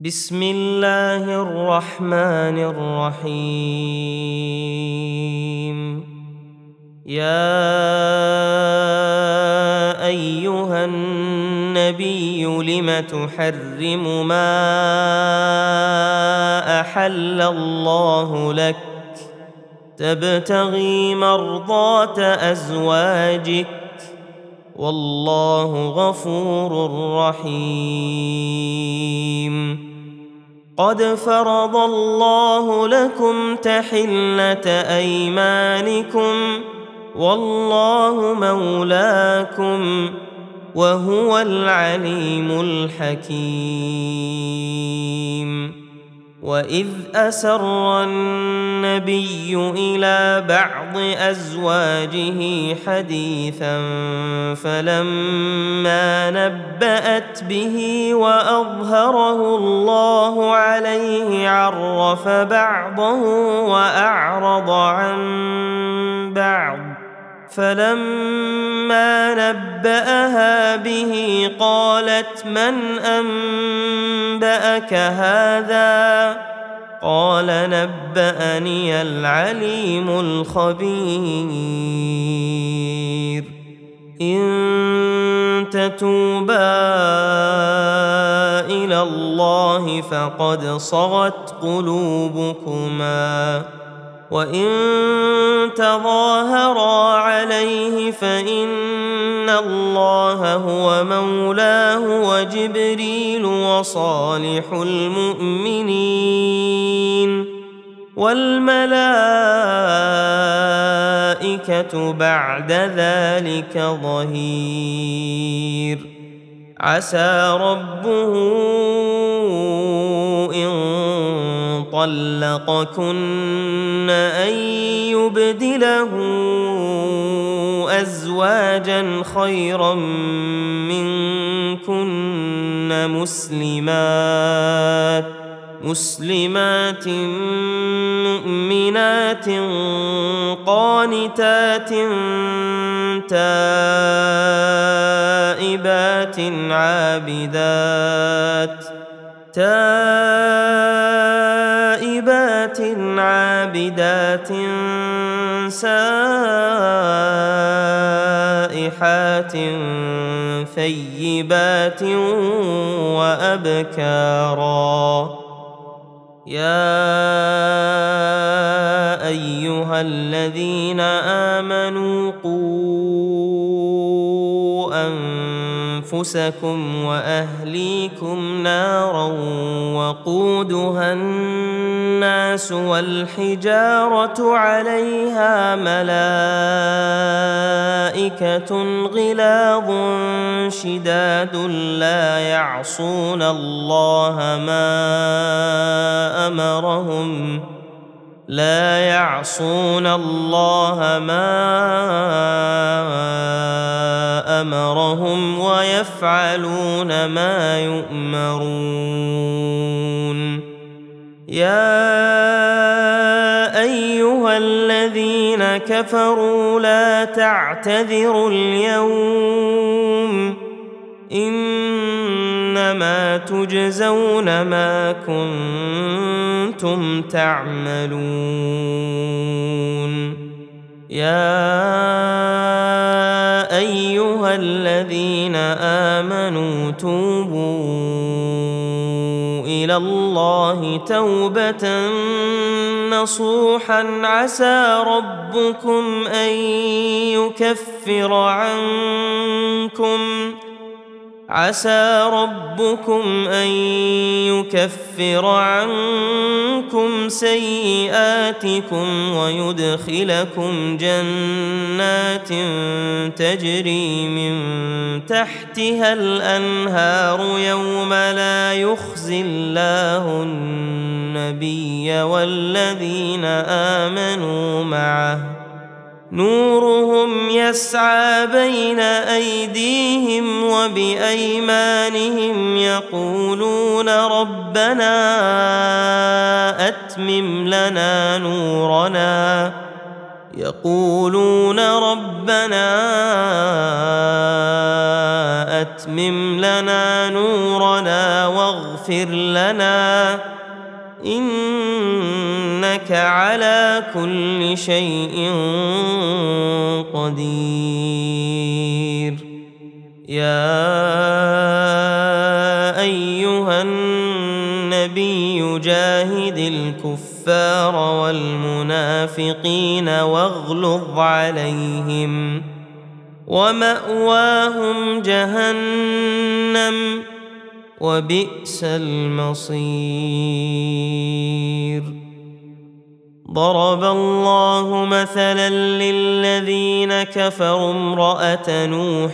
بسم الله الرحمن الرحيم. يا أيها النبي لم تحرم ما أحل الله لك تبتغي مرضات أزواجك والله غفور رحيم. قد فرض الله لكم تحلة أيمانكم والله مولاكم وهو العليم الحكيم. وإذ أسر النبي إلى بعض أزواجه حديثا فلما نبأت به وأظهره الله عليه عرف بعضه وأعرض عن بعض فلما نبأها به قالت من أنبأك هذا؟ قال نبأني العليم الخبير. إن تتوبا إلى الله فقد صغت قلوبكما وإن تظاهرا عليه فإن الله هو مولاه وجبريل وصالح المؤمنين والملائكة بعد ذلك ظهير. عسى ربه إن طلقكن أن يبدله أزواجا خيرا منكن مسلمات مؤمنات قانتات تائبات عابدات سائحات ثيبات وأبكارا. يا أيها الذين آمنوا قوا أنفسكم وأهليكم نارا وقودها الناس والحجارة عليها ملائكة غلاظ شداد لا يعصون الله ما أمرهم ويفعلون ما يؤمرون. يا أيها الذين كفروا لا تعتذروا اليوم إنما تجزون ما كنتم تعملون. يا أيها الذين آمنوا توبوا إلى الله توبة نصوحا عسى ربكم أن يكفر عنكم سيئاتكم ويدخلكم جنات تجري من تحتها الأنهار يوم لا يخزي الله النبي والذين آمنوا معه نورهم يسعى بين أيديهم وبأيمانهم يقولون ربنا أتمم لنا نورنا يقولون ربنا أتمم لنا نورنا واغفر لنا إنك على كل شيء قدير. يا أيها النبي جاهد الكفار والمنافقين واغلظ عليهم ومأواهم جهنم وبئس المصير. ضرب الله مثلا للذين كفروا امرأة نوح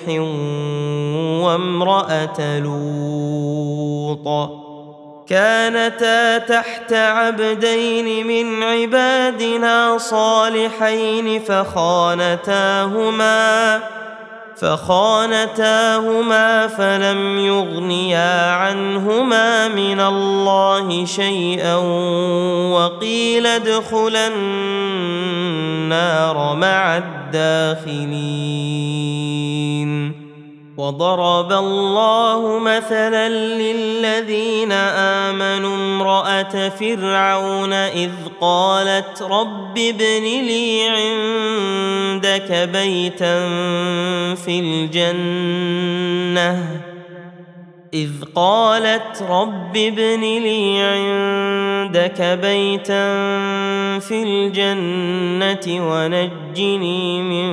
وامرأة لوط كانتا تحت عبدين من عبادنا صالحين فخانتاهما فلم يغنيا عنهما من الله شيئا وقيل ادخلا النار مع الداخلين. وضرب الله مثلا للذين آمنوا امرأة فرعون إذ قالت رب ابن لي عندك بيتا في الجنة ونجني من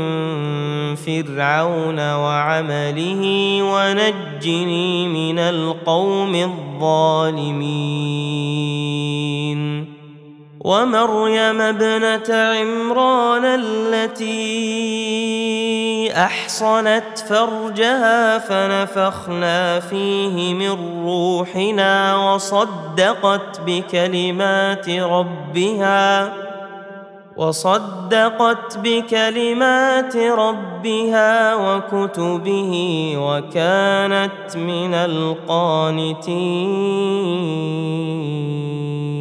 فرعون وعمله ونجني من القوم الظالمين. ومريم ابنة عمران التي أحصنت فرجها فنفخنا فيه من روحنا وصدقت بكلمات ربها وكتبه وكانت من القانتين.